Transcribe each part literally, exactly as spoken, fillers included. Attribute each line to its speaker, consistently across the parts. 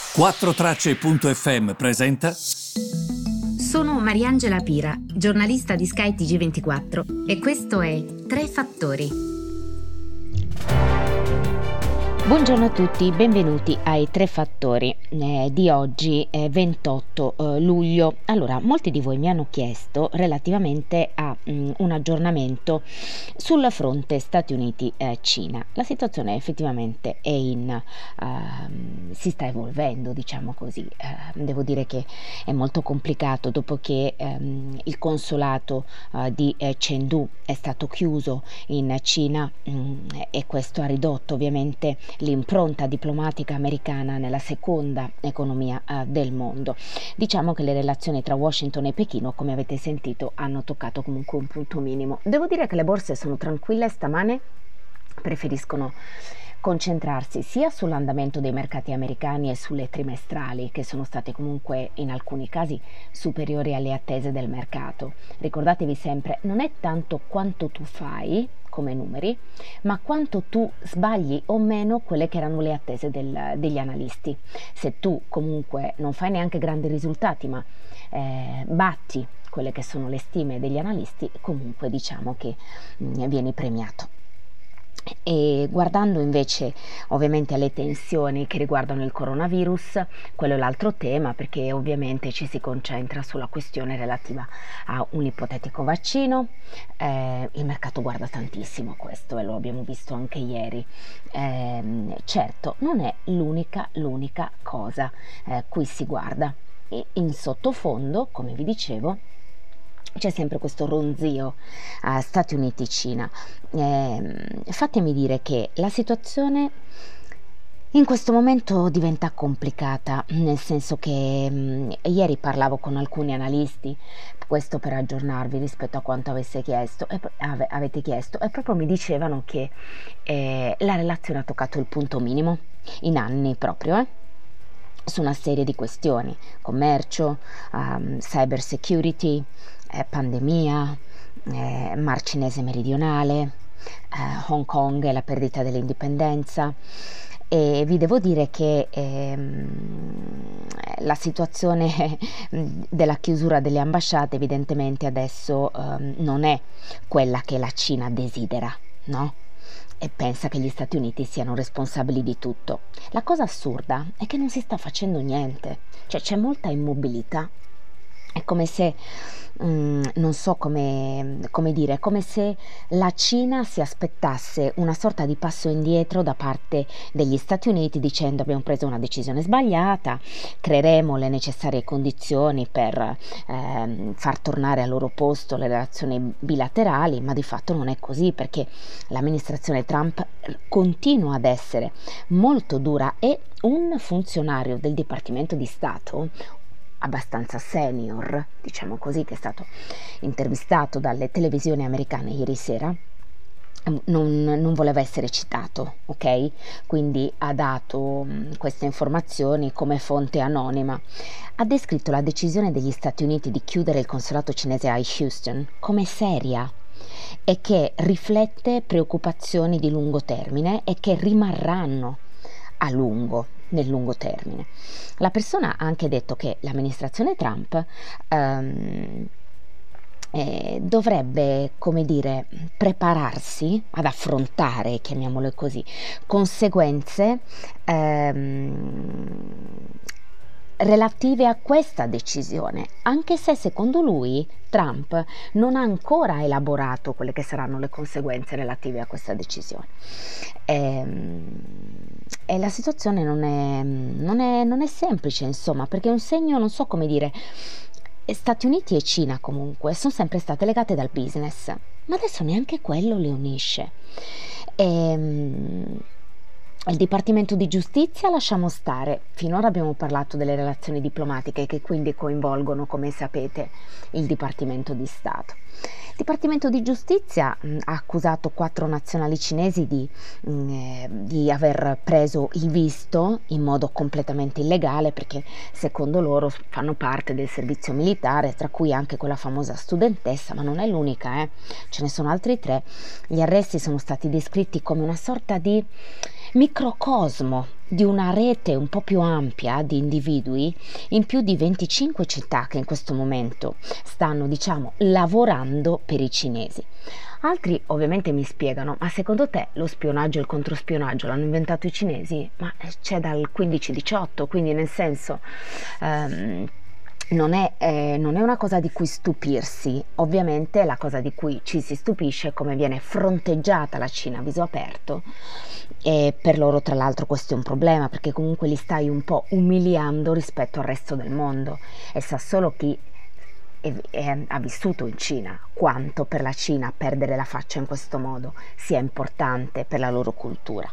Speaker 1: quattro tracce punto effe emme presenta.
Speaker 2: Sono Mariangela Pira, giornalista di Sky T G ventiquattro e questo è Tre Fattori.
Speaker 3: Buongiorno a tutti, benvenuti ai Tre Fattori eh, di oggi, eh, ventotto eh, luglio. Allora, molti di voi mi hanno chiesto relativamente a mh, un aggiornamento sul fronte Stati Uniti-Cina. Eh, La situazione effettivamente è in, uh, si sta evolvendo, diciamo così. Uh, devo dire che è molto complicato dopo che um, il consolato uh, di eh, Chengdu è stato chiuso in Cina mh, e questo ha ridotto ovviamente l'impronta diplomatica americana nella seconda economia uh, del mondo. Diciamo che le relazioni tra Washington e Pechino, come avete sentito, hanno toccato comunque un punto minimo. Devo dire che le borse sono tranquille stamane, preferiscono concentrarsi sia sull'andamento dei mercati americani e sulle trimestrali, che sono state comunque in alcuni casi superiori alle attese del mercato. Ricordatevi sempre, non è tanto quanto tu fai come numeri, ma quanto tu sbagli o meno quelle che erano le attese del, degli analisti. Se tu comunque non fai neanche grandi risultati, ma eh, batti quelle che sono le stime degli analisti, comunque diciamo che mh, vieni premiato. E guardando invece ovviamente alle tensioni che riguardano il coronavirus, quello è l'altro tema, perché ovviamente ci si concentra sulla questione relativa a un ipotetico vaccino. Eh, il mercato guarda tantissimo questo e lo abbiamo visto anche ieri. Eh, certo, non è l'unica, l'unica cosa eh, cui si guarda. E in sottofondo, come vi dicevo, c'è sempre questo ronzio a uh, Stati Uniti-Cina. Eh, fatemi dire che la situazione in questo momento diventa complicata, nel senso che mh, ieri parlavo con alcuni analisti, questo per aggiornarvi rispetto a quanto avesse chiesto, e, ave, avete chiesto, e proprio mi dicevano che eh, la relazione ha toccato il punto minimo in anni proprio, eh? su una serie di questioni: commercio, um, cyber security, eh, pandemia, eh, Mar Cinese meridionale, eh, Hong Kong e la perdita dell'indipendenza. E vi devo dire che ehm, la situazione della chiusura delle ambasciate evidentemente adesso ehm, non è quella che la Cina desidera, no? E pensa che gli Stati Uniti siano responsabili di tutto. La cosa assurda è che non si sta facendo niente, cioè c'è molta immobilità. È come se, mm, non so come, come dire, è come se la Cina si aspettasse una sorta di passo indietro da parte degli Stati Uniti, dicendo: abbiamo preso una decisione sbagliata, creeremo le necessarie condizioni per eh, far tornare al loro posto le relazioni bilaterali, ma di fatto non è così, perché l'amministrazione Trump continua ad essere molto dura e un funzionario del Dipartimento di Stato abbastanza senior, diciamo così, che è stato intervistato dalle televisioni americane ieri sera, non, non voleva essere citato, ok? Quindi ha dato mh, queste informazioni come fonte anonima. Ha descritto la decisione degli Stati Uniti di chiudere il consolato cinese a Houston come seria e che riflette preoccupazioni di lungo termine e che rimarranno a lungo, nel lungo termine. La persona ha anche detto che l'amministrazione Trump ehm, eh, dovrebbe, come dire, prepararsi ad affrontare, chiamiamole così, conseguenze ehm, relative a questa decisione, anche se secondo lui Trump non ha ancora elaborato quelle che saranno le conseguenze relative a questa decisione. E, e la situazione non è, non è, non è semplice, insomma, perché è un segno, non so come dire, Stati Uniti e Cina comunque sono sempre state legate dal business, ma adesso neanche quello le unisce. E, il Dipartimento di Giustizia lasciamo stare, finora abbiamo parlato delle relazioni diplomatiche che quindi coinvolgono, come sapete, il Dipartimento di Stato. Il Dipartimento di Giustizia mh, ha accusato quattro nazionali cinesi di, mh, di aver preso il visto in modo completamente illegale, perché secondo loro fanno parte del servizio militare, tra cui anche quella famosa studentessa, ma non è l'unica, eh. Ce ne sono altri tre. Gli arresti sono stati descritti come una sorta di microcosmo di una rete un po' più ampia di individui in più di venticinque città che in questo momento stanno, diciamo, lavorando per i cinesi. Altri ovviamente mi spiegano: ma secondo te lo spionaggio e il controspionaggio l'hanno inventato i cinesi? Ma c'è dal quindici diciotto, quindi nel senso ehm, non è, eh, non è una cosa di cui stupirsi. Ovviamente la cosa di cui ci si stupisce è come viene fronteggiata la Cina a viso aperto, e per loro tra l'altro questo è un problema, perché comunque li stai un po' umiliando rispetto al resto del mondo, e sa solo chi e, e, ha vissuto in Cina quanto per la Cina perdere la faccia in questo modo sia importante per la loro cultura.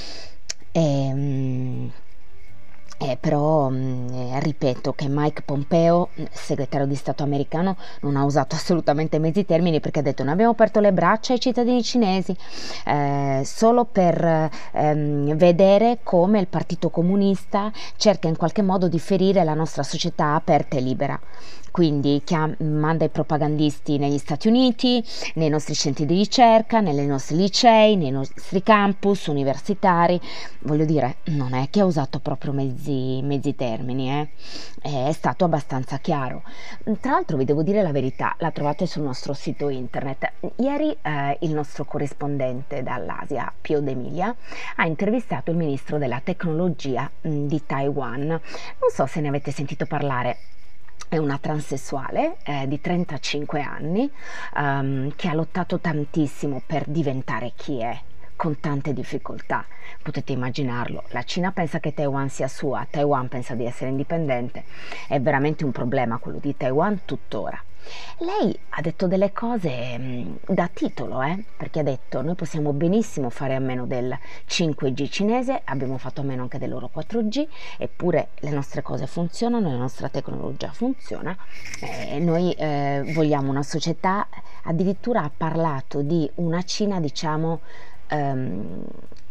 Speaker 3: E, eh, però mh, ripeto che Mike Pompeo, segretario di Stato americano, non ha usato assolutamente mezzi termini, perché ha detto: noi abbiamo aperto le braccia ai cittadini cinesi eh, solo per ehm, vedere come il Partito Comunista cerca in qualche modo di ferire la nostra società aperta e libera. Quindi chiam- manda i propagandisti negli Stati Uniti, nei nostri centri di ricerca, nei nostri licei, nei nostri campus universitari. Voglio dire, non è che ha usato proprio mezzi, mezzi termini, eh? È stato abbastanza chiaro. Tra l'altro vi devo dire la verità, la trovate sul nostro sito internet. Ieri eh, il nostro corrispondente dall'Asia, Pio D'Emilia, ha intervistato il ministro della tecnologia mh, di Taiwan. Non so se ne avete sentito parlare. È una transessuale eh, di trentacinque anni um, che ha lottato tantissimo per diventare chi è, con tante difficoltà. Potete immaginarlo, la Cina pensa che Taiwan sia sua, Taiwan pensa di essere indipendente. È veramente un problema quello di Taiwan tuttora. Lei ha detto delle cose mh, da titolo, eh? Perché ha detto: noi possiamo benissimo fare a meno del cinque G cinese, abbiamo fatto a meno anche del loro quattro G, eppure le nostre cose funzionano, la nostra tecnologia funziona, e noi eh, vogliamo una società. Addirittura ha parlato di una Cina, diciamo, ehm,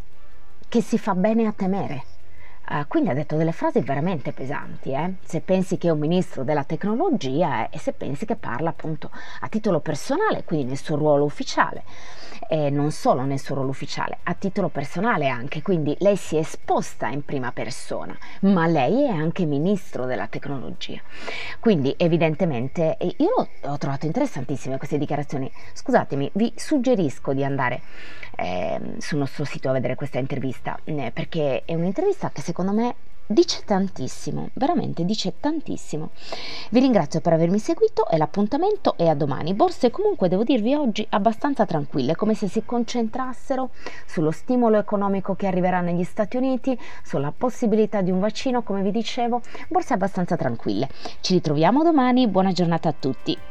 Speaker 3: che si fa bene a temere. Uh, quindi ha detto delle frasi veramente pesanti, eh? Se pensi che è un ministro della tecnologia eh, e se pensi che parla appunto a titolo personale, quindi nel suo ruolo ufficiale, e non solo nel suo ruolo ufficiale, a titolo personale anche, quindi lei si è esposta in prima persona, ma lei è anche ministro della tecnologia. Quindi evidentemente io ho trovato interessantissime queste dichiarazioni. Scusatemi, vi suggerisco di andare eh, sul nostro sito a vedere questa intervista, eh, perché è un'intervista che secondo me dice tantissimo, veramente dice tantissimo. Vi ringrazio per avermi seguito e l'appuntamento è a domani. Borse comunque, devo dirvi, oggi abbastanza tranquille, come se si concentrassero sullo stimolo economico che arriverà negli Stati Uniti, sulla possibilità di un vaccino, come vi dicevo. Borse abbastanza tranquille. Ci ritroviamo domani, buona giornata a tutti.